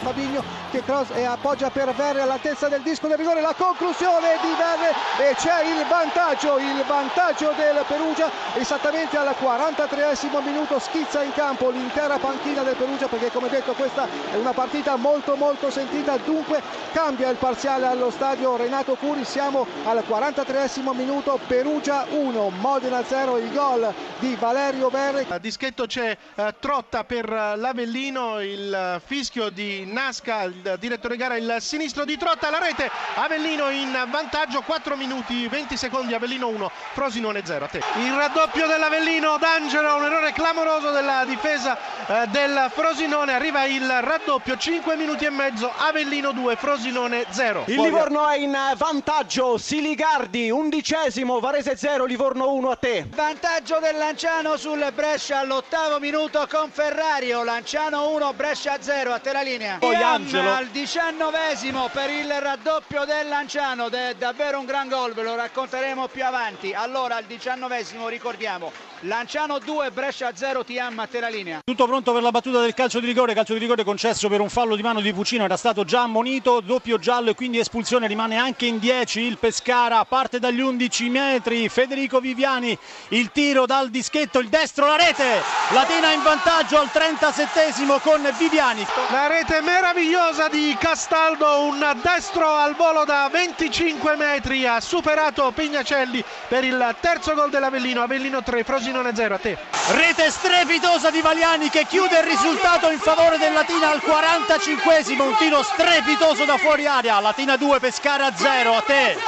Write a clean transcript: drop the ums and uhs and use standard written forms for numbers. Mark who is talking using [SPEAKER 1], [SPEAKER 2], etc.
[SPEAKER 1] Fabinho che cross e appoggia per Verre all'altezza del disco del rigore, la conclusione di Verre e c'è il vantaggio del Perugia esattamente al 43esimo minuto. Schizza in campo l'intera panchina del Perugia perché, come detto, questa è una partita molto sentita, dunque cambia il parziale allo stadio Renato Curi. Siamo al 43esimo minuto, Perugia 1 Modena 0, il gol di Valerio Verre.
[SPEAKER 2] A dischetto c'è Trotta per l'Avellino, il fischio di Nasca, il direttore gara, il sinistro di Trotta, la rete, Avellino in vantaggio, 4 minuti 20 secondi, Avellino 1 Frosinone 0. A te. Il raddoppio dell'Avellino, D'Angelo, un errore clamoroso della difesa del Frosinone, arriva il raddoppio, 5 minuti e mezzo, Avellino 2 Frosinone 0.
[SPEAKER 3] Il Livorno è in vantaggio, Siligardi 11esimo, Varese 0 Livorno 1. A te.
[SPEAKER 4] Vantaggio del Lanciano sul Brescia all'8° minuto con Ferrario, Lanciano 1 Brescia 0. A te la linea.
[SPEAKER 3] Poi Angelo
[SPEAKER 4] al 19esimo per il raddoppio del Lanciano, davvero un gran gol, ve lo racconteremo più avanti. Allora al 19esimo ricordiamo Lanciano 2 Brescia 0. Tiam, a te la linea.
[SPEAKER 3] Tutto pronto per la battuta del calcio di rigore concesso per un fallo di mano di Pucino, era stato già ammonito, doppio giallo e quindi espulsione, rimane anche in 10 il Pescara, parte dagli 11 metri, Federico Viviani, il tiro dal dischetto, il destro, la rete, Latina in vantaggio al 37esimo con Viviani.
[SPEAKER 2] La rete meravigliosa di Castaldo, un destro al volo da 25 metri, ha superato Pignacelli per il terzo gol dell'Avellino, Avellino 3 Frosinone 0. A te.
[SPEAKER 3] Rete strepitosa di Valiani che chiude il risultato in favore del Latina al 45esimo, un tiro strepitoso da fuori area, Latina 2 Pescara 0. A te.